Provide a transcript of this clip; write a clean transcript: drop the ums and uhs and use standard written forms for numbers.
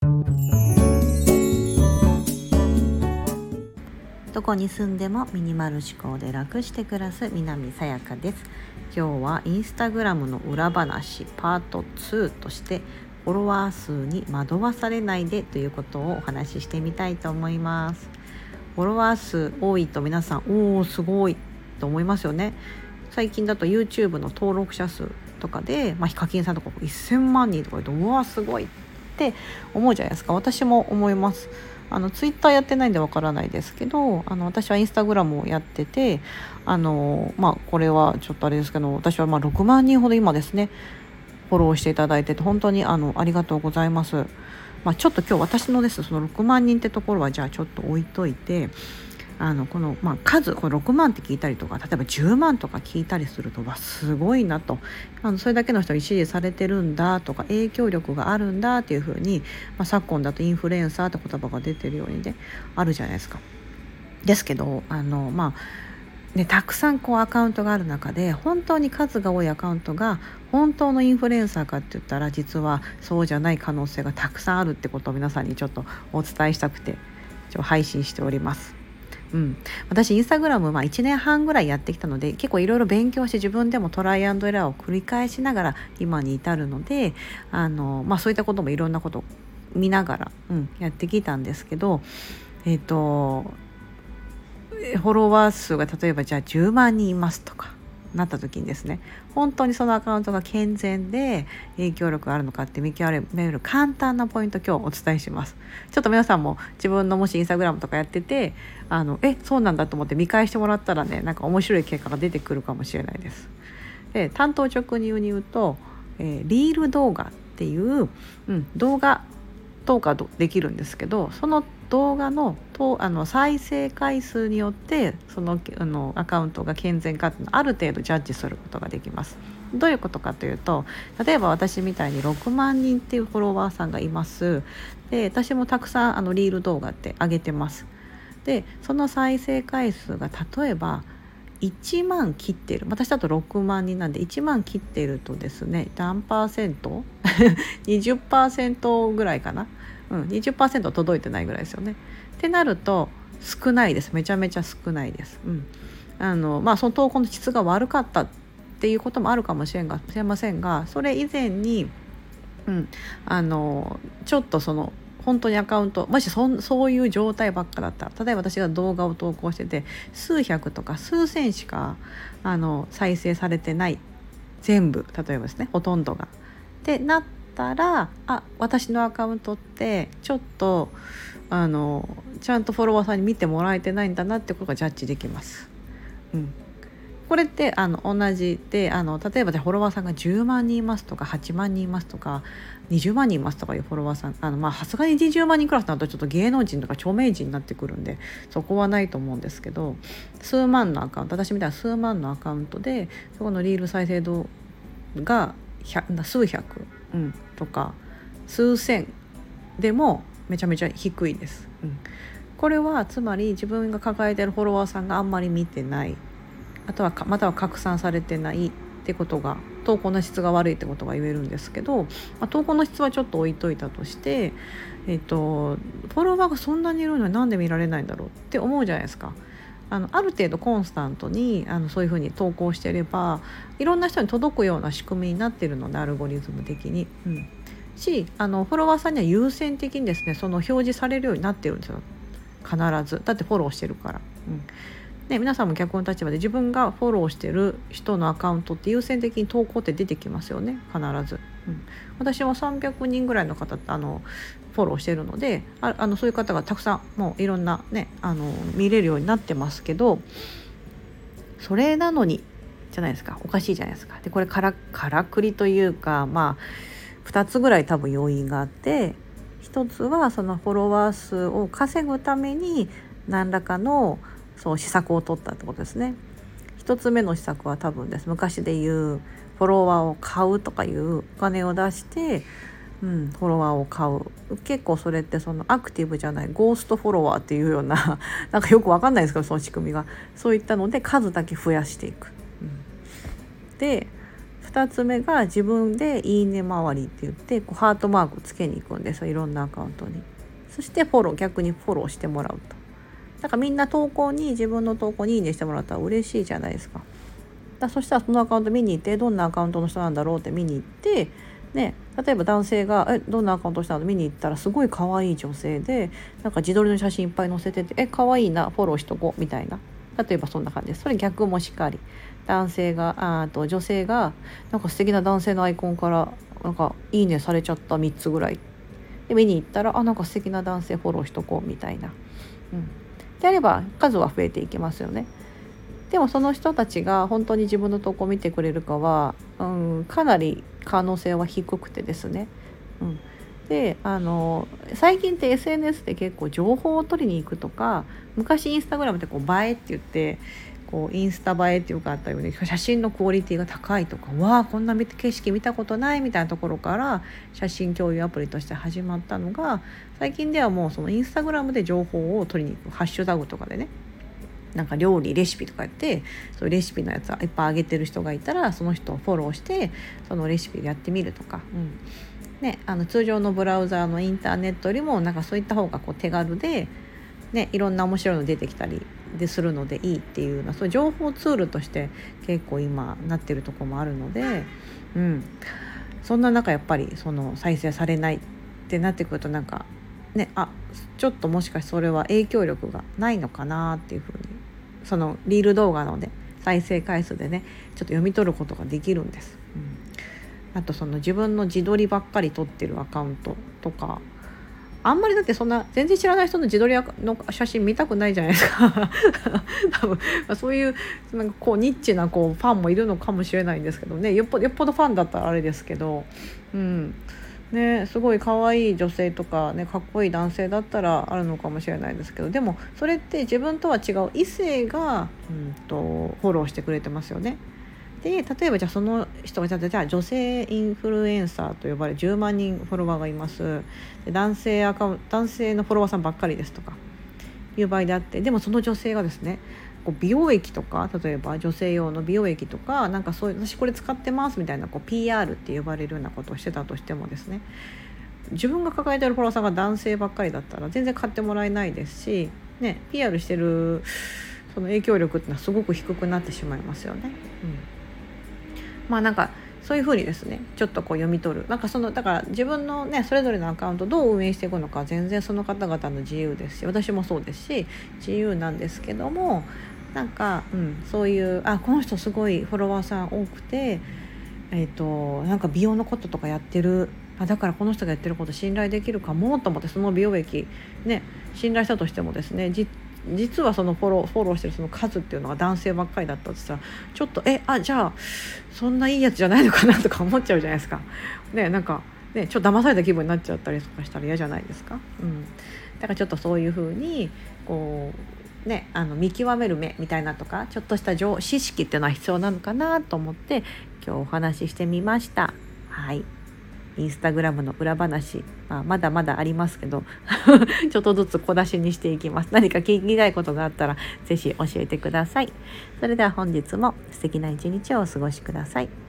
どこに住んでもミニマル思考で楽して暮らす南さやかです。今日はインスタグラムの裏話パート2として、フォロワー数に惑わされないでということをお話ししてみたいと思います。フォロワー数多いと皆さんおーすごいと思いますよね。最近だと YouTube の登録者数とかで、ヒカキンさんとか1000万人とかでうわすごいって思うじゃないですか。私も思います。ツイッターやってないんでわからないですけど、私はインスタグラムをやってて、これはちょっとあれですけど、私は6万人ほど今ですねフォローしていただいてて、本当にありがとうございます。ちょっと今日私のですその6万人ってところはじゃあちょっと置いといて、この、数これ6万って聞いたりとか、例えば10万とか聞いたりするとすごいなと、それだけの人に支持されてるんだとか影響力があるんだっていうふうに、昨今だとインフルエンサーって言葉が出てるようにねあるじゃないですか。ですけどたくさんアカウントがある中で、本当に数が多いアカウントが本当のインフルエンサーかって言ったら、実はそうじゃない可能性がたくさんあるってことを皆さんにちょっとお伝えしたくて配信しております。私インスタグラム1年半ぐらいやってきたので、結構いろいろ勉強して自分でもトライアンドエラーを繰り返しながら今に至るので、そういったこともいろんなことを見ながら、やってきたんですけど、フォロワー数が例えばじゃあ10万人いますとかなった時にですね、本当にそのアカウントが健全で影響力があるのかって見極める簡単なポイント、今日お伝えします。ちょっと皆さんも自分のもしインスタグラムとかやっててそうなんだと思って見返してもらったらね、なんか面白い結果が出てくるかもしれないです。で、単刀直入に言うと、リール動画っていう、動画投下できるんですけど、その動画の再生回数によってそのアカウントが健全かっていうのをある程度ジャッジすることができます。どういうことかというと、例えば私みたいに6万人っていうフォロワーさんがいます。で、私もたくさんリール動画って上げてます。で、その再生回数が例えば1万切っている、私だと6万人なんで1万切っているとですね、何パーセント20% ぐらいかな、20% 届いてないぐらいですよね。ってなると少ないです。めちゃめちゃ少ないです。その投稿の質が悪かったっていうこともあるかもしれませんが、それ以前に、ちょっとその本当にアカウント、もしそういう状態ばっかだったら、例えば私が動画を投稿してて数百とか数千しか再生されてない、全部例えばですね、ほとんどがってなったら、私のアカウントってちょっとちゃんとフォロワーさんに見てもらえてないんだなってことがジャッジできます。これって同じで、例えばフォロワーさんが10万人いますとか8万人いますとか20万人いますとかいうフォロワーさん、さすがに20万人クラスになるとちょっと芸能人とか著名人になってくるんで、そこはないと思うんですけど、数万のアカウント、私みたいな数万のアカウントでそこのリール再生度が数百、とか数千でもめちゃめちゃ低いです。これはつまり自分が抱えているフォロワーさんがあんまり見てない、または拡散されてないってことが、投稿の質が悪いってことが言えるんですけど、投稿の質はちょっと置いといたとして、フォロワーがそんなにいるのになんで見られないんだろうって思うじゃないですか。ある程度コンスタントにそういうふうに投稿していればいろんな人に届くような仕組みになっているので、アルゴリズム的に、フォロワーさんには優先的にですね、その表示されるようになってるんですよ。必ず。だってフォローしてるから。皆さんも逆の立場で自分がフォローしてる人のアカウントって優先的に投稿って出てきますよね、必ず。私は300人ぐらいの方フォローしてるので、そういう方がたくさんもういろんなね見れるようになってますけど、それなのにじゃないですか、おかしいじゃないですか。でこれからくりというか、2つぐらい多分要因があって、1つはそのフォロワー数を稼ぐために何らかの施策を取ったってことですね。1つ目の施策は多分です、昔で言うフォロワーを買うとかいうお金を出して、フォロワーを買う。結構それってそのアクティブじゃないゴーストフォロワーっていうようななんかよくわかんないですけど、その仕組みがそういったので数だけ増やしていく。で 2つ目が自分でいいね周りって言ってこうハートマークつけに行くんですよ、いろんなアカウントに。そして逆にフォローしてもらうと。だからみんな自分の投稿にいいねしてもらったら嬉しいじゃないですか。そしたらそのアカウント見に行って、どんなアカウントの人なんだろうって見に行ってね、例えば男性がどんなアカウントの人なの見に行ったらすごい可愛い女性でなんか自撮りの写真いっぱい載せてて可愛いなフォローしとこうみたいな、例えばそんな感じです。それ逆もしっかり、女性がなんか素敵な男性のアイコンからなんかいいねされちゃった3つぐらいで見に行ったらなんか素敵な男性フォローしとこうみたいな、であれば数は増えていきますよね。でもその人たちが本当に自分の投稿を見てくれるかは、かなり可能性は低くてですね、で最近って SNS で結構情報を取りに行くとか、昔インスタグラムってこう映えって言ってこうインスタ映えっていうかあったように写真のクオリティが高いとか、わあこんな景色見たことないみたいなところから写真共有アプリとして始まったのが、最近ではもうそのインスタグラムで情報を取りに行くハッシュタグとかでね、なんか料理レシピとかやってそういうレシピのやつはいっぱいあげてる人がいたらその人をフォローしてそのレシピでやってみるとか、通常のブラウザーのインターネットよりもなんかそういった方がこう手軽で、いろんな面白いの出てきたりするのでいいっていうような、そういう情報ツールとして結構今なってるところもあるので、そんな中やっぱりその再生されないってなってくるとなんかちょっともしかしてそれは影響力がないのかなっていうふうに、そのリール動画のね再生回数でねちょっと読み取ることができるんです。あとその自分の自撮りばっかり撮ってるアカウントとか、あんまりだってそんな全然知らない人の自撮りの写真見たくないじゃないですか多分そういうなんかこうニッチなこうファンもいるのかもしれないんですけどね、よっぽどファンだったらあれですけど、すごい可愛い女性とかねかっこいい男性だったらあるのかもしれないですけど、でもそれって自分とは違う異性が、フォローしてくれてますよね。で例えばじゃあその人がじゃあ女性インフルエンサーと呼ばれる10万人フォロワーがいます。で男性のフォロワーさんばっかりですとかいう場合であって、でもその女性がですねこう美容液とか、例えば女性用の美容液とかなんかそういう私これ使ってますみたいなこう PR って呼ばれるようなことをしてたとしてもですね、自分が抱えているフォロワーさんが男性ばっかりだったら全然買ってもらえないですし、PR してるその影響力っていうのはすごく低くなってしまいますよね。なんかそういうふうにですねちょっとこう読み取る、だから自分のねそれぞれのアカウントどう運営していくのか全然その方々の自由ですし、私もそうですし自由なんですけども、なんか、そういうこの人すごいフォロワーさん多くてなんか美容のこととかやってる、だからこの人がやってること信頼できるかもと思ってその美容液信頼したとしてもですね、実はそのフォローしてるその数っていうのが男性ばっかりだったって言ったらちょっとじゃあそんないいやつじゃないのかなとか思っちゃうじゃないですか。なんかちょっと騙された気分になっちゃったりとかしたら嫌じゃないですか。だからちょっとそういう風にこう見極める目みたいなとかちょっとした知識っていうのは必要なのかなと思って今日お話ししてみました。インスタグラムの裏話、まだまだありますけどちょっとずつ小出しにしていきます。何か聞きたいことがあったらぜひ教えてください。それでは本日も素敵な一日をお過ごしください。